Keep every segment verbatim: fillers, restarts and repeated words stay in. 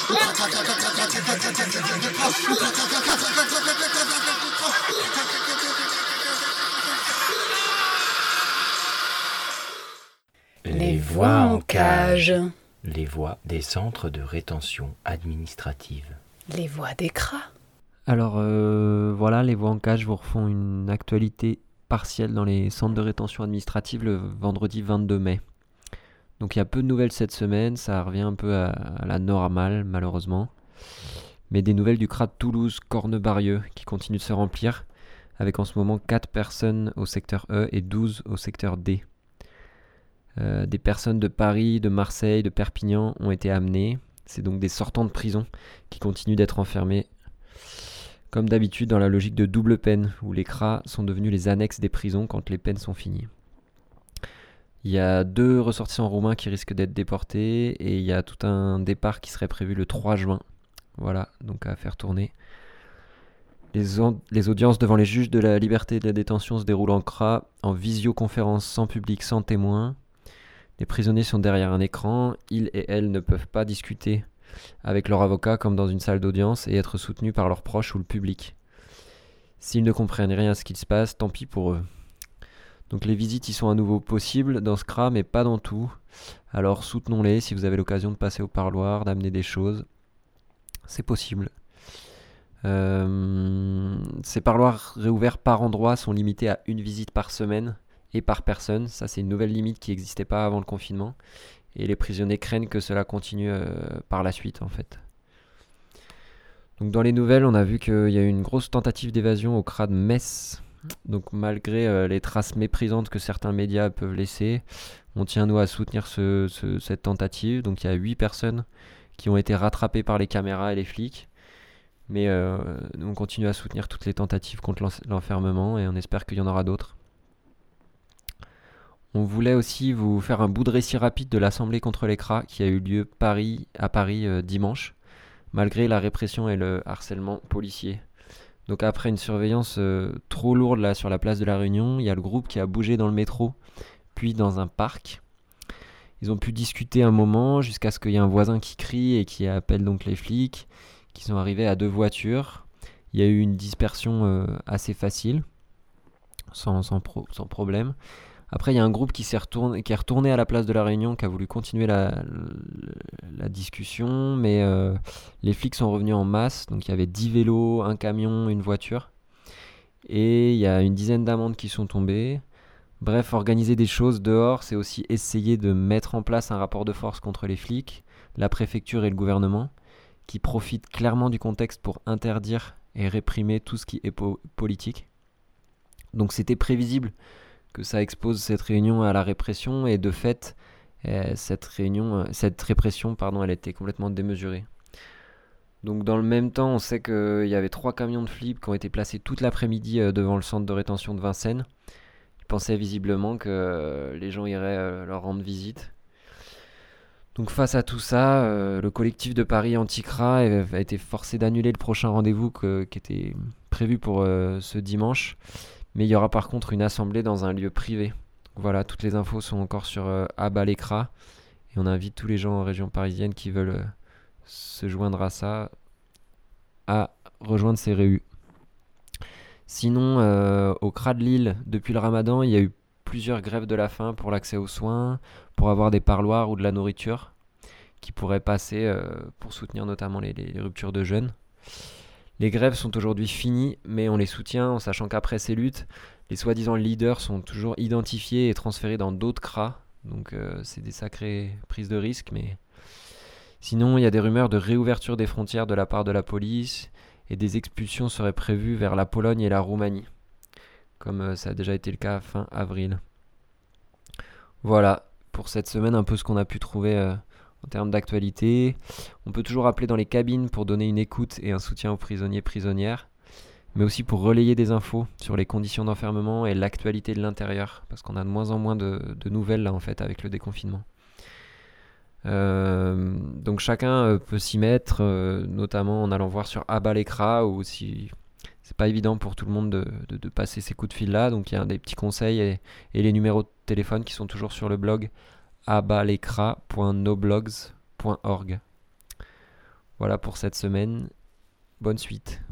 Les voix en cage. Les voix des centres de rétention administrative. Les voix des C R A. Alors euh, voilà, les voix en cage vous refont une actualité partielle dans les centres de rétention administrative le vendredi vingt-deux mai. Donc il y a peu de nouvelles cette semaine, ça revient un peu à, à la normale malheureusement. Mais des nouvelles du C R A de Toulouse, Cornebarieux, qui continue de se remplir, avec en ce moment quatre personnes au secteur E et douze au secteur D. Euh, des personnes de Paris, de Marseille, de Perpignan ont été amenées. C'est donc des sortants de prison qui continuent d'être enfermés, comme d'habitude dans la logique de double peine, où les C R A sont devenus les annexes des prisons quand les peines sont finies. Il y a deux ressortissants roumains qui risquent d'être déportés et il y a tout un départ qui serait prévu le trois juin. Voilà, donc à faire tourner. Les, on- les audiences devant les juges de la liberté et de la détention se déroulent en C R A, en visioconférence sans public, sans témoin. Les prisonniers sont derrière un écran, ils et elles ne peuvent pas discuter avec leur avocat comme dans une salle d'audience et être soutenus par leurs proches ou le public. S'ils ne comprennent rien à ce qu'il se passe, tant pis pour eux. Donc les visites y sont à nouveau possibles dans ce C R A mais pas dans tout. Alors soutenons-les si vous avez l'occasion de passer au parloir, d'amener des choses. C'est possible. Euh, ces parloirs réouverts par endroit sont limités à une visite par semaine et par personne. Ça, c'est une nouvelle limite qui n'existait pas avant le confinement. Et les prisonniers craignent que cela continue euh, par la suite, en fait. Donc, dans les nouvelles, on a vu qu'il y a eu une grosse tentative d'évasion au C R A de Metz. Donc, malgré euh, les traces méprisantes que certains médias peuvent laisser, on tient, nous, à soutenir ce, ce- cette tentative. Donc, il y a huit personnes qui ont été rattrapées par les caméras et les flics. Mais euh, nous, on continue à soutenir toutes les tentatives contre l'en- l'enfermement et on espère qu'il y en aura d'autres. On voulait aussi vous faire un bout de récit rapide de l'Assemblée contre les C R A qui a eu lieu Paris, à Paris euh, dimanche, malgré la répression et le harcèlement policier. Donc après une surveillance euh, trop lourde là sur la place de la Réunion, il y a le groupe qui a bougé dans le métro, puis dans un parc. Ils ont pu discuter un moment jusqu'à ce qu'il y ait un voisin qui crie et qui appelle donc les flics, qui sont arrivés à deux voitures. Il y a eu une dispersion euh, assez facile, sans, sans, pro- sans problème. Après, il y a un groupe qui, s'est retourné, qui est retourné à la place de la Réunion, qui a voulu continuer la, la discussion, mais euh, les flics sont revenus en masse. Donc il y avait dix vélos, un camion, une voiture. Et il y a une dizaine d'amendes qui sont tombées. Bref, organiser des choses dehors, c'est aussi essayer de mettre en place un rapport de force contre les flics, la préfecture et le gouvernement, qui profitent clairement du contexte pour interdire et réprimer tout ce qui est po- politique. Donc c'était prévisible que ça expose cette réunion à la répression et de fait, euh, cette, réunion, euh, cette répression pardon, elle était complètement démesurée. Donc dans le même temps, on sait qu'il y avait trois camions de flics qui ont été placés toute l'après-midi euh, devant le centre de rétention de Vincennes. Ils pensaient visiblement que euh, les gens iraient euh, leur rendre visite. Donc face à tout ça, euh, le collectif de Paris Anti-C R A a a été forcé d'annuler le prochain rendez-vous que- qui était prévu pour euh, ce dimanche. Mais il y aura par contre une assemblée dans un lieu privé. Voilà, toutes les infos sont encore sur euh, Abat les C R A. Et on invite tous les gens en région parisienne qui veulent euh, se joindre à ça à rejoindre ces réus. Sinon, euh, au C R A de Lille, depuis le Ramadan, il y a eu plusieurs grèves de la faim pour l'accès aux soins, pour avoir des parloirs ou de la nourriture qui pourraient passer euh, pour soutenir notamment les, les- les ruptures de jeûne. Les grèves sont aujourd'hui finies, mais on les soutient en sachant qu'après ces luttes, les soi-disant leaders sont toujours identifiés et transférés dans d'autres C R A. Donc euh, c'est des sacrées prises de risques, mais sinon il y a des rumeurs de réouverture des frontières de la part de la police et des expulsions seraient prévues vers la Pologne et la Roumanie, comme euh, ça a déjà été le cas fin avril. Voilà, pour cette semaine, un peu ce qu'on a pu trouver euh, en termes d'actualité. On peut toujours appeler dans les cabines pour donner une écoute et un soutien aux prisonniers prisonnières, mais aussi pour relayer des infos sur les conditions d'enfermement et l'actualité de l'intérieur, parce qu'on a de moins en moins de, de nouvelles là en fait avec le déconfinement. Euh, donc chacun euh, peut s'y mettre, euh, notamment en allant voir sur Abat les C R A, ou si c'est pas évident pour tout le monde de, de- de passer ces coups de fil là, donc il y a des petits conseils et, et les numéros de téléphone qui sont toujours sur le blog abalecra point noblogs point org. Voilà pour cette semaine. Bonne suite.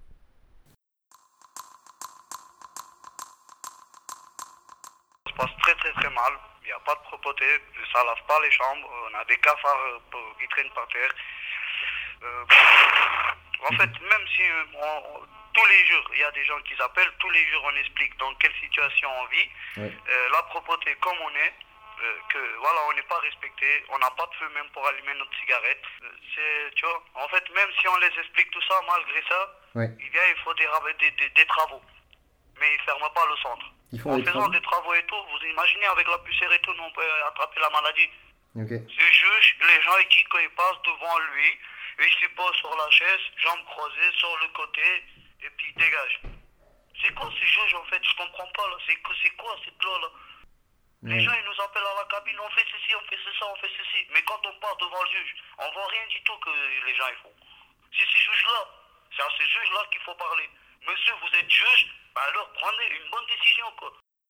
Ça se passe très très très mal. Il n'y a pas de propreté, ça lave pas les chambres, on a des cafards euh, qui traînent par terre. Euh, en fait, même si euh, on, on, tous les jours, il y a des gens qui s'appellent, tous les jours on explique dans quelle situation on vit, ouais. euh, la propreté comme on est, euh, que voilà, on n'est pas respecté, on n'a pas de feu même pour allumer notre cigarette. Euh, c'est, tu vois, en fait, même si on les explique tout ça, malgré ça, ouais. il vient, il faut des, des, des, des travaux. Mais ils ne ferment pas le centre. En des faisant travaux. des travaux et tout, vous imaginez avec la poussière et tout, nous on peut attraper la maladie. Okay. Ce juge, les gens ils disent qu'ils passent devant lui, il se pose sur la chaise, jambes croisées sur le côté, et puis il dégage. C'est quoi ce juge en fait? Je comprends pas là. C'est, c'est quoi cette loi là? Ouais. Les gens ils nous appellent à la cabine, on fait ceci, on fait ça, on fait ceci. Mais quand on passe devant le juge, on voit rien du tout que les gens ils font. C'est ce juge là, c'est à ce juge là qu'il faut parler. Monsieur, vous êtes juge, bah alors prenez une bonne décision quoi.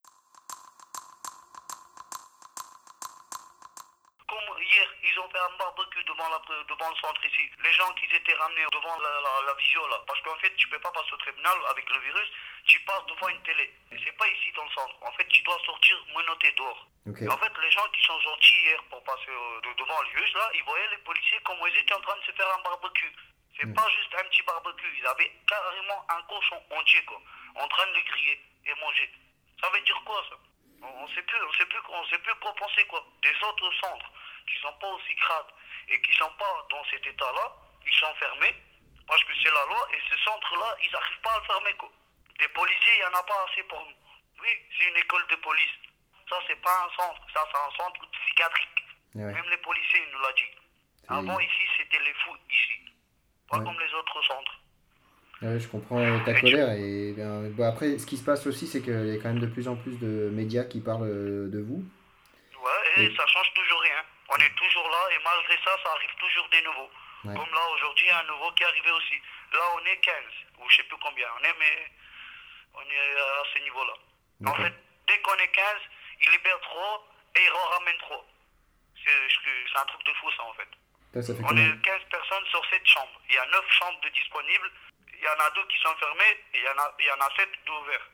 Comme hier, ils ont fait un barbecue devant, la, devant le centre ici. Les gens qui étaient ramenés devant la, la, la visio là. Parce qu'en fait, tu peux pas passer au tribunal avec le virus, tu passes devant une télé. Et c'est pas ici dans le centre. En fait, tu dois sortir menotté dehors. Okay. Et en fait, les gens qui sont sortis hier pour passer euh, de, devant le juge là, ils voyaient les policiers comme ils étaient en train de se faire un barbecue. C'est mmh. pas juste un petit barbecue, ils avaient carrément un cochon entier quoi, en train de le griller et manger. Ça veut dire quoi ça? On sait plus, on sait plus, on sait plus quoi penser quoi. Des autres centres qui sont pas aussi crades et qui sont pas dans cet état-là, ils sont fermés parce que c'est la loi et ce centre-là, ils n'arrivent pas à le fermer quoi. Des policiers, il y en a pas assez pour nous. Oui, c'est une école de police. Ça c'est pas un centre, ça c'est un centre psychiatrique. Ouais. Même les policiers ils nous l'ont dit. C'est... Avant ici c'était les fous ici. Pas ouais. comme les autres centres. Ouais, je comprends ta colère. Et ben, bon, après, ce qui se passe aussi, c'est qu'il y a quand même de plus en plus de médias qui parlent de vous. Ouais, et, et... ça change toujours rien. On est toujours là et malgré ça, ça arrive toujours des nouveaux. Ouais. Comme là, aujourd'hui, il y a un nouveau qui est arrivé aussi. Là, on est quinze, ou je sais plus combien on est, mais on est à ce niveau-là. Okay. En fait, dès qu'on est quinze, ils libèrent trop et ils en ramènent trop. C'est, c'est un truc de fou, ça, en fait. Ça, ça fait on est quinze personnes sur sept chambres. Il y a neuf chambres de disponibles. Il y en a deux qui sont fermées et il y en a, il y en a sept d'ouverts.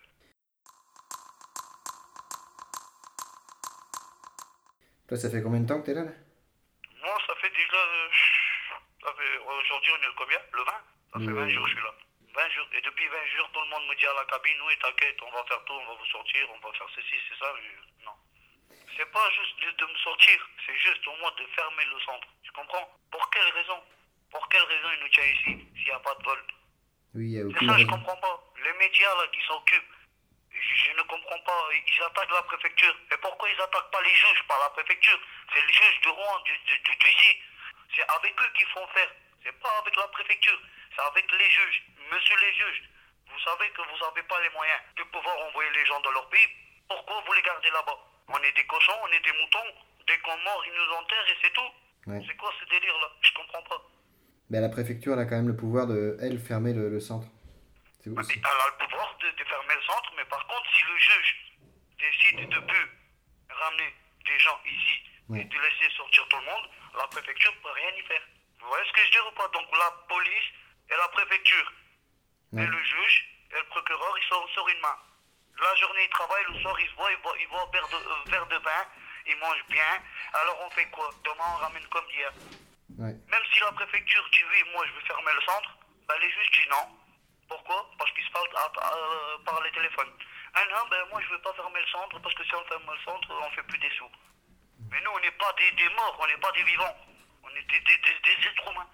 Toi, ça fait combien de temps que t'es là, là? Moi, ça fait déjà... Euh, ça fait, aujourd'hui, on est le combien? Le vingt? Ça fait mmh. vingt jours que je suis là. vingt jours. Et depuis vingt jours, tout le monde me dit à la cabine, oui, t'inquiète, on va faire tout, on va vous sortir, on va faire ceci, c'est ça. Je... Non. C'est pas juste de, de me sortir, c'est juste au moins de fermer le centre. Tu comprends? Pour quelle raison? Pour quelle raison il nous tient ici s'il n'y a pas de vol? Oui, il y a aucune c'est ça, raison. Je comprends pas. Les médias là qui s'occupent, je, je ne comprends pas. Ils attaquent la préfecture. Et pourquoi ils attaquent pas les juges par la préfecture? C'est les juges de Rouen, du, du, du, d'ici. C'est avec eux qu'ils font faire. C'est pas avec la préfecture. C'est avec les juges. Monsieur les juges, vous savez que vous n'avez pas les moyens de pouvoir envoyer les gens dans leur pays. Pourquoi vous les gardez là-bas? On est des cochons, on est des moutons. Dès qu'on mord, ils nous enterrent et c'est tout. Ouais. C'est quoi ce délire là? Je comprends pas. Mais la préfecture elle a quand même le pouvoir de, elle, fermer le, le centre. C'est aussi. Elle a le pouvoir de, de fermer le centre, mais par contre, si le juge décide de ne plus ramener des gens ici ouais. et de laisser sortir tout le monde, la préfecture ne peut rien y faire. Vous voyez ce que je dis ou pas? Donc la police et la préfecture ouais. et le juge et le procureur, ils sont sur une main. La journée, ils travaillent, le soir, ils se voient, ils voient, ils voient un verre de, euh, verre de vin, ils mangent bien. Alors on fait quoi? Demain, on ramène comme hier. Ouais. Même si la préfecture dit oui, moi je veux fermer le centre, ben les juges disent non. Pourquoi? Parce qu'ils se parlent à, à, à, par les téléphones. Ah non, ben moi je veux pas fermer le centre parce que si on ferme le centre, on fait plus des sous. Mais nous on n'est pas des, des morts, on n'est pas des vivants. On est des, des, des, des êtres humains.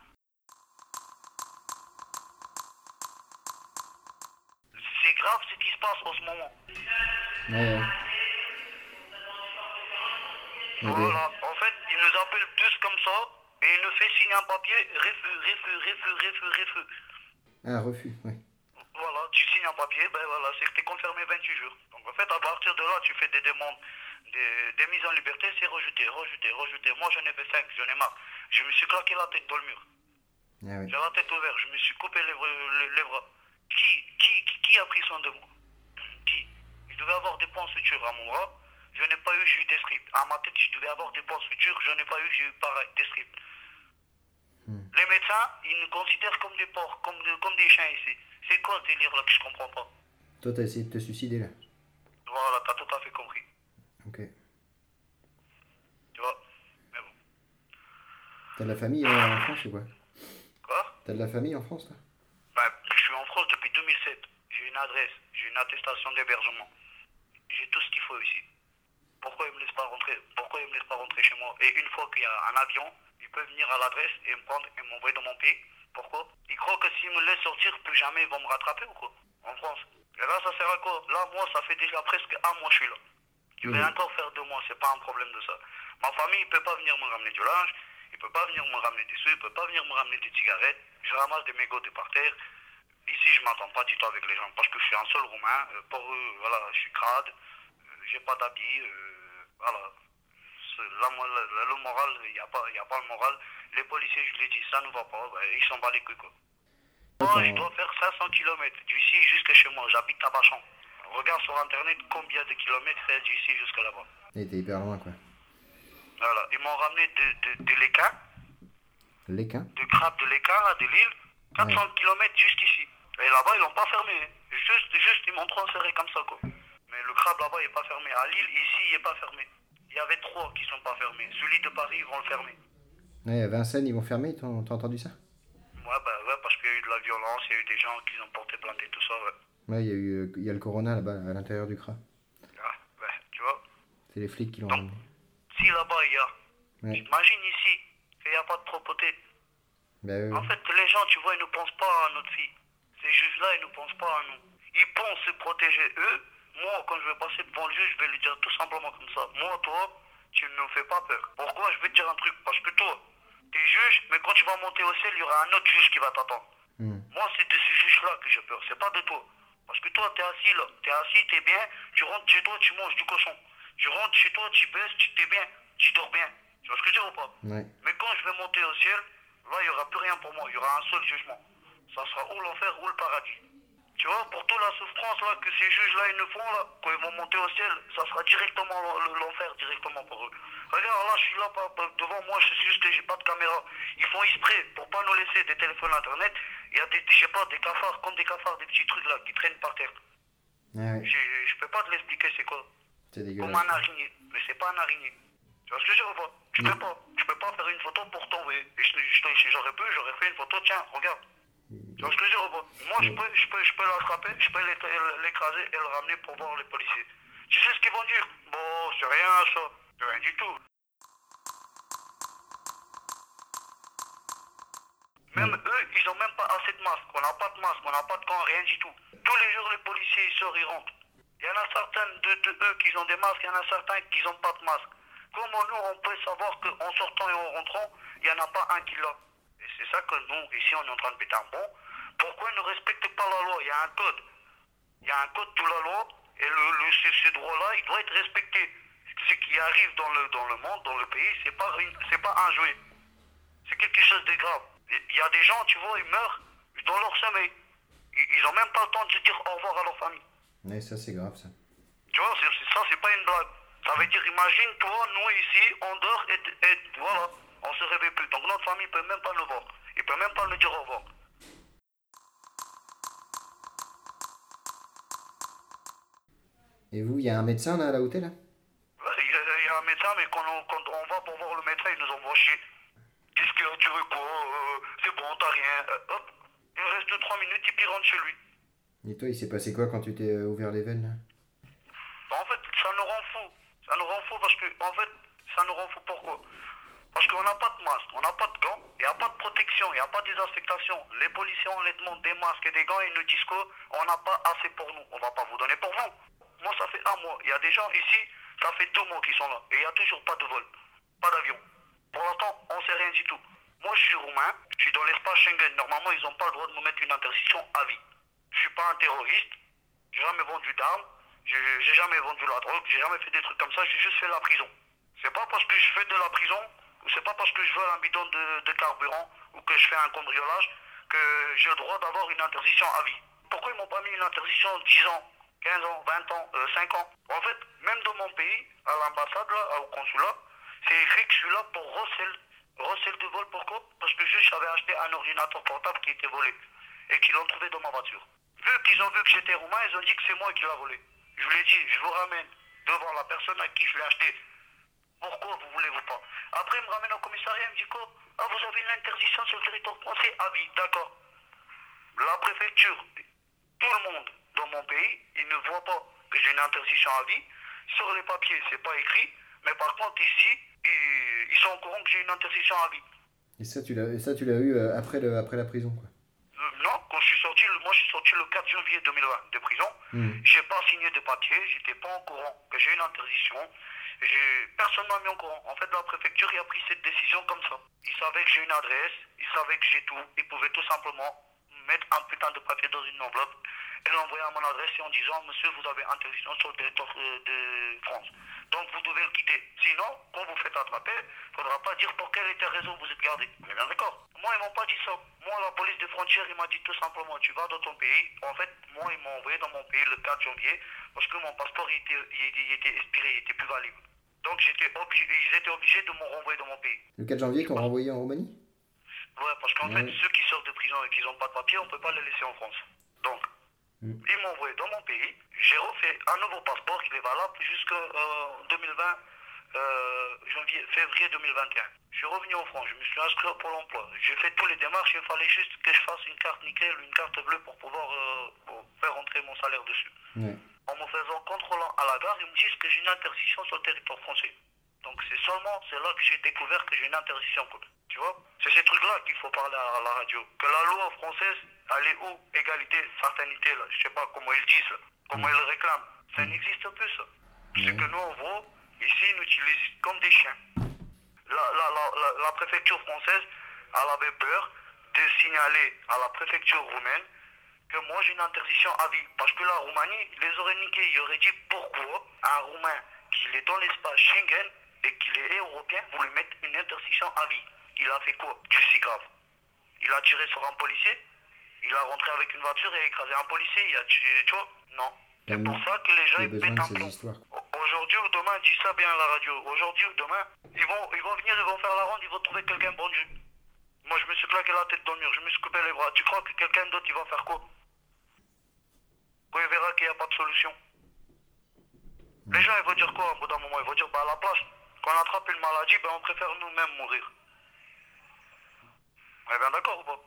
C'est grave ce qui se passe en ce moment. Ouais. Voilà, en fait, ils nous appellent tous comme ça. Et il nous fait signer un papier, refus, refus, refus, refus, refus. Ah, refus, oui. Voilà, tu signes un papier, ben voilà, c'est que tu es confirmé vingt-huit jours. Donc en fait, à partir de là, tu fais des demandes, des, des mises en liberté, c'est rejeté, rejeté, rejeté. Moi, j'en ai fait cinq, j'en ai marre. Je me suis claqué la tête dans le mur. Ah, oui. J'ai la tête ouverte, je me suis coupé les, les, les bras. Qui, qui, qui, qui a pris soin de moi? Qui? Je devais avoir des points sutures à mon bras. Je n'ai pas eu, j'ai eu des strips. À ma tête, je devais avoir des points sutures, je n'ai pas eu, j'ai eu pareil, des strips. Hmm. Les médecins, ils nous considèrent comme des porcs, comme, de- comme des chiens ici. C'est quoi ce délire là que je comprends pas? Toi, t'as essayé de te suicider là. Voilà, t'as tout à fait compris. Ok. Tu vois? Mais bon. T'as de la famille euh, en France ou quoi? Quoi? T'as de la famille en France là? Ben, je suis en France depuis deux mille sept. J'ai une adresse, j'ai une attestation d'hébergement. J'ai tout ce qu'il faut ici. Pourquoi ils me laissent pas rentrer? Pourquoi ils me laissent pas rentrer chez moi? Et une fois qu'il y a un avion, ils peuvent venir à l'adresse et me prendre et m'envoyer dans mon pays. Pourquoi? Ils croient que s'ils me laissent sortir, plus jamais ils vont me rattraper ou quoi? En France. Et là, ça sert à quoi? Là, moi, ça fait déjà presque un mois que je suis là. Je vais Mhm. encore faire deux mois, c'est pas un problème de ça. Ma famille, il peut pas venir me ramener du linge, il peut pas venir me ramener des sous, il peut pas venir me ramener des cigarettes. Je ramasse des mégots de par terre. Ici, je m'entends pas du tout avec les gens parce que je suis un seul roumain. Euh, Pour eux, voilà, je suis crade, euh, j'ai pas d'habits, euh, voilà. C'est- Là, moi, le, le- le moral, il n'y a, pas- y a pas le moral. Les policiers, je l'ai dit, ça ne va pas, ben, ils s'en battent les couilles, quoi. Moi, je dois faire cinq cents kilomètres d'ici jusqu'à chez moi. J'habite à Bachan. Regarde sur internet combien de kilomètres c'est d'ici jusqu'à là-bas. Et t'es hyper loin quoi. Voilà, ils m'ont ramené de, de, de l'équin, L'équin? de crabe de l'équin, là, de l'île, quatre cents kilomètres jusqu'ici. Et là-bas, ils l'ont pas fermé. hein. Juste, juste, ils m'ont transféré comme ça, quoi. Mais le crabe là-bas, il est pas fermé. À Lille, ici, il est pas fermé. Il y avait trois qui sont pas fermés. Celui de Paris, ils vont le fermer. Ouais, à Vincennes, ils vont fermer, t'as t'as entendu ça? Ouais, bah ouais, parce qu'il y a eu de la violence, il y a eu des gens qui ont porté plainte et tout ça, ouais. Ouais, il y a eu euh, il y a le corona là-bas, à l'intérieur du C R A. Ah, ouais, tu vois. C'est les flics qui l'ont Donc, ramené. si là-bas, il y a, Ouais. imagine ici, qu'il n'y a pas de propreté. Bah, euh, En fait, les gens, tu vois, ils ne pensent pas à notre fille. Ces juges-là, ils ne pensent pas à nous. Ils pensent se protéger eux. Moi, quand je vais passer devant le juge, je vais lui dire tout simplement comme ça. Moi, toi, tu ne me fais pas peur. Pourquoi? Je vais te dire un truc. Parce que toi, tu es juge, mais quand tu vas monter au ciel, il y aura un autre juge qui va t'attendre. hmm. Moi, c'est de ce juge-là que j'ai peur. C'est pas de toi. Parce que toi, t'es assis là. T'es assis, t'es bien. Tu rentres chez toi, tu manges du cochon. Tu rentres chez toi, tu baisses, tu t'es bien. Tu dors bien. Tu vois ce que je veux dire ou pas? Ouais. Mais quand je vais monter au ciel, là, il n'y aura plus rien pour moi. Il y aura un seul jugement. Ça sera ou l'enfer ou le paradis. Tu vois, pour toute la souffrance là, que ces juges-là, ils nous font, là, quand ils vont monter au ciel, ça sera directement l'en- l'enfer, directement pour eux. Regarde, là, je suis là, pas- pas- devant moi, je suis juste que j'ai pas de caméra. Ils font exprès pour pas nous laisser des téléphones internet. Il y a des, je sais pas, des cafards, comme des cafards, des petits trucs là, qui traînent par terre. Ah ouais, J'ai- Je peux pas te l'expliquer, c'est quoi. c'est Comme dégueulasse. un araignée, mais c'est pas un araignée. Tu vois ce que je veux dire ou pas? Je peux pas. Je peux pas faire une photo pour t'envoyer. Et je, je- si j'aurais pu, j'aurais fait une photo, tiens, regarde. Tu vois ce que je veux dire ou pas? Moi, je peux, je peux, je peux l'attraper, je peux l'é- l'écraser et le ramener pour voir les policiers. Tu sais ce qu'ils vont dire? Bon, c'est rien ça. C'est rien du tout. Même eux, ils ont même pas assez de masques. On n'a pas de masque, on n'a pas de gants, rien du tout. Tous les jours, les policiers, ils sortent, ils rentrent. Il y en a certains de, de eux qui ont des masques, il y en a certains qui n'ont pas de masque. Comment nous, on peut savoir qu'en sortant et en rentrant, il n'y en a pas un qui l'a? Et c'est ça que nous, ici, on est en train de péter un bon. Pourquoi ils ne respectent pas la loi? Il y a un code. Il y a un code de la loi, et le, le, ce, ce droit-là, il doit être respecté. Ce qui arrive dans le, dans le monde, dans le pays, c'est pas, une- c'est pas un jouet. C'est quelque chose de grave. Il y a des gens, tu vois, ils meurent dans leur sommeil. Ils ils ont même pas le temps de se dire au revoir à leur famille. Ouais, ça c'est grave ça. Tu vois, c'est, c'est- ça, c'est pas une blague. Ça veut dire, imagine, toi, nous ici, on dort et, et voilà, on se réveille plus. Donc notre famille peut même pas nous voir. Ils peuvent même pas nous dire au revoir. Et vous, il y a un médecin là, là où t'es là? Ouais, Il y, a- il y a un médecin, mais quand on, quand on va pour voir le médecin, il nous envoie chier. Qu'est-ce que tu veux quoi? Euh, C'est bon, t'as rien. Euh, hop, il reste trois minutes et puis il rentre chez lui. Et toi, il s'est passé quoi quand tu t'es euh, ouvert les veines là? Bah, en fait, ça nous rend fou. Ça nous rend fou parce que, en fait, ça nous rend fou pourquoi? Parce qu'on n'a pas de masque, on n'a pas de gants, il n'y a pas de protection, il n'y a pas de désinfectation. Les policiers, on les demande des masques et des gants, ils nous disent qu'on n'a pas assez pour nous. On va pas vous donner pour vous. Moi, ça fait un mois. Il y a des gens ici, ça fait deux mois qu'ils sont là. Et il n'y a toujours pas de vol, pas d'avion. Pour l'instant, on ne sait rien du tout. Moi, je suis roumain, je suis dans l'espace Schengen. Normalement, ils n'ont pas le droit de me mettre une interdiction à vie. Je suis pas un terroriste, j'ai jamais vendu d'armes, j'ai j'ai jamais vendu la drogue, j'ai jamais fait des trucs comme ça, j'ai juste fait la prison. C'est pas parce que je fais de la prison, ou c'est pas parce que je veux un bidon de, de carburant, ou que je fais un cambriolage, que j'ai le droit d'avoir une interdiction à vie. Pourquoi ils m'ont pas mis une interdiction de dix ans, quinze ans, vingt ans, euh, cinq ans? En fait, même dans mon pays, à l'ambassade, là, au consulat, c'est écrit que je suis là pour recel Recel de vol, pourquoi? Parce que juste j'avais acheté un ordinateur portable qui était volé et qu'ils l'ont trouvé dans ma voiture. Vu qu'ils ont vu que j'étais roumain, ils ont dit que c'est moi qui l'ai volé. Je vous l'ai dit, je vous ramène devant la personne à qui je l'ai acheté. Pourquoi vous voulez-vous pas? Après, il me ramène au commissariat, il me dit quoi? Ah, vous avez une interdiction sur le territoire français? Ah oui, d'accord. La préfecture, tout le monde dans mon pays, ils ne voient pas que j'ai une interdiction à vie. Sur les papiers, c'est pas écrit, mais par contre ici, ils, ils sont au courant que j'ai une interdiction à vie. Et ça, tu l'as, et ça, tu l'as eu euh, après, le, après la prison, quoi. Euh, non, quand je suis sorti, le- moi je suis sorti le quatre janvier deux mille vingt de prison. Mmh. J'ai pas signé de papier, j'étais pas au courant que j'ai une interdiction. J'ai... Personne m'a mis au courant. En fait, la préfecture il a pris cette décision comme ça. Ils savaient que j'ai une adresse, ils savaient que j'ai tout. Ils pouvaient tout simplement mettre un putain de papier dans une enveloppe et l'envoyer à mon adresse en disant monsieur, vous avez interdiction sur le territoire euh, de France. Donc vous devez le quitter. Sinon, quand vous faites attraper, il ne faudra pas dire pour quelle était raison vous êtes gardé. On est bien d'accord? Moi, ils m'ont pas dit ça. Moi, la police des frontières, il m'a dit tout simplement, tu vas dans ton pays. En fait, moi, ils m'ont envoyé dans mon pays le quatre janvier parce que mon passeport il était, il, il était expiré, il était plus valide. Donc j'étais obligé, ils étaient obligés de me renvoyer dans mon pays. Le quatre janvier, qu'on renvoyé en Roumanie? Ouais, parce qu'en Ouais. fait, ceux qui sortent de prison et qui n'ont pas de papier, on ne peut pas les laisser en France. Donc, Mm. ils m'ont envoyé dans mon pays. J'ai refait un nouveau passeport, il est valable jusqu'en deux mille vingt, euh, janvier, février deux mille vingt et un. Je suis revenu en France, je me suis inscrit au Pôle emploi. J'ai fait tous les démarches, il fallait juste que je fasse une carte nickel, une carte bleue pour pouvoir euh, pour faire rentrer mon salaire dessus. Ouais. En me faisant contrôlant à la gare, ils me disent que j'ai une interdiction sur le territoire français. Donc c'est seulement, c'est là que j'ai découvert que j'ai une interdiction, quoi. Tu vois? C'est ces trucs-là qu'il faut parler à la radio. Que la loi française, elle est où? Égalité, fraternité, là. Je sais pas comment ils disent, là. Comment ils le réclament. Ça n'existe plus, ça. C'est que nous, en gros, ici, ils nous utilisent comme des chiens. La, la, la, la, la préfecture française, elle avait peur de signaler à la préfecture roumaine que moi j'ai une interdiction à vie. Parce que la Roumanie les aurait niqués. Ils auraient dit pourquoi un Roumain qui est dans l'espace Schengen et qu'il est européen, vous lui mettez une interdiction à vie. Il a fait quoi? Du si grave. Il a tiré sur un policier, il a rentré avec une voiture et a écrasé un policier, il a tué, tu vois? Non. C'est pour ça que les gens J'ai ils besoin pètent de un ces plomb. histoires. Aujourd'hui ou demain, dis ça bien à la radio. Aujourd'hui ou demain, ils vont, ils vont venir, ils vont faire la ronde, ils vont trouver quelqu'un bon Dieu. Moi, je me suis claqué la tête dans le mur, je me suis coupé les bras. Tu crois que quelqu'un d'autre, il va faire quoi? Quand il verra qu'il n'y a pas de solution. Les gens, ils vont dire quoi au bout d'un moment? Ils vont dire, bah à la place, quand on attrape une maladie, ben on préfère nous-mêmes mourir. On est bien d'accord ou pas?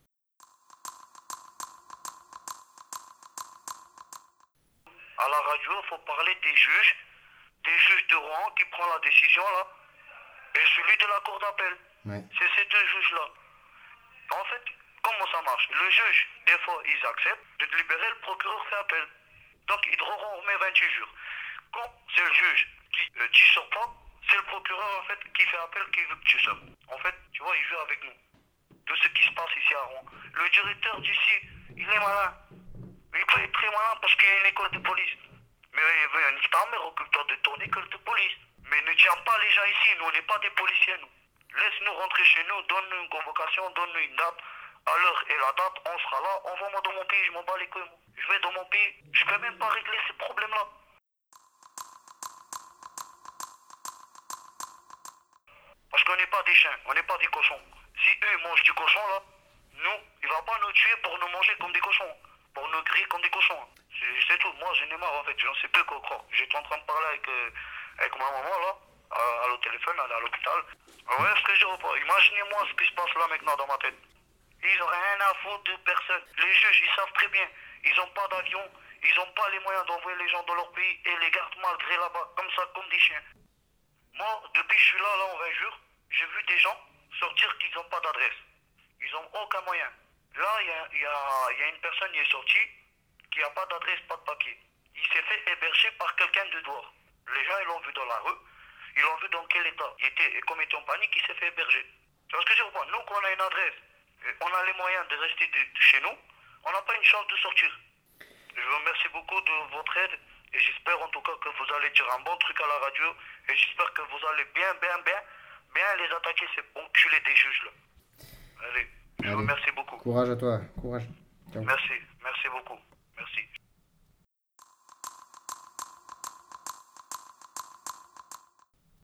À la radio, il faut parler des juges, des juges de Rouen qui prend la décision là, et celui de la cour d'appel. Ouais. C'est ces deux juges-là. En fait, comment ça marche? Le juge, des fois, ils acceptent de libérer, le procureur fait appel. Donc, ils devront remettre vingt-huit jours. Quand c'est le juge qui ne tu sors pas, c'est le procureur, en fait, qui fait appel, qui veut que tu sors. En fait, tu vois, il joue avec nous. De ce qui se passe ici à Rouen. Le directeur d'ici, il est malin. Il peut être très malin parce qu'il y a une école de police. Mais il veut un istamère, occupe-toi de ton école de police. Mais ne tiens pas les gens ici, nous on n'est pas des policiers, nous. Laisse-nous rentrer chez nous, donne-nous une convocation, donne-nous une date. À l'heure et la date, on sera là, envoie-moi dans mon pays, je m'en bats les couilles. Moi. Je vais dans mon pays, je peux même pas régler ces problèmes-là. Parce qu'on n'est pas des chiens, on n'est pas des cochons. Si eux ils mangent du cochon là, nous, il va pas nous tuer pour nous manger comme des cochons. Pour nous griller comme des cochons. C'est, c'est tout, moi j'en ai marre en fait, j'en sais plus quoi croire. J'étais en train de parler avec, euh, avec ma maman là, à, à le téléphone, elle est à l'hôpital. Ouais, ce que je dis pas, imaginez-moi ce qui se passe là maintenant dans ma tête. Ils ont rien à foutre de personne. Les juges, ils savent très bien, ils ont pas d'avion, ils ont pas les moyens d'envoyer les gens dans leur pays et les gardent malgré là-bas, comme ça, comme des chiens. Moi, depuis que je suis là, là en vingt jours, j'ai vu des gens sortir qui n'ont pas d'adresse. Ils n'ont aucun moyen. Là, il y a, y, a, y a une personne qui est sortie qui n'a pas d'adresse, pas de papier. Il s'est fait héberger par quelqu'un de dehors. Les gens, ils l'ont vu dans la rue, ils l'ont vu dans quel état. Il était, et comme il était en panique, il s'est fait héberger. Tu vois ce que je veux dire? Nous, quand on a une adresse, on a les moyens de rester de, de chez nous, on n'a pas une chance de sortir. Je vous remercie beaucoup de votre aide et j'espère en tout cas que vous allez dire un bon truc à la radio et j'espère que vous allez bien, bien, bien, bien les attaquer, ces enculés des juges là. Allez, je vous Allez. remercie beaucoup. Courage à toi, courage. Ciao. Merci, merci beaucoup.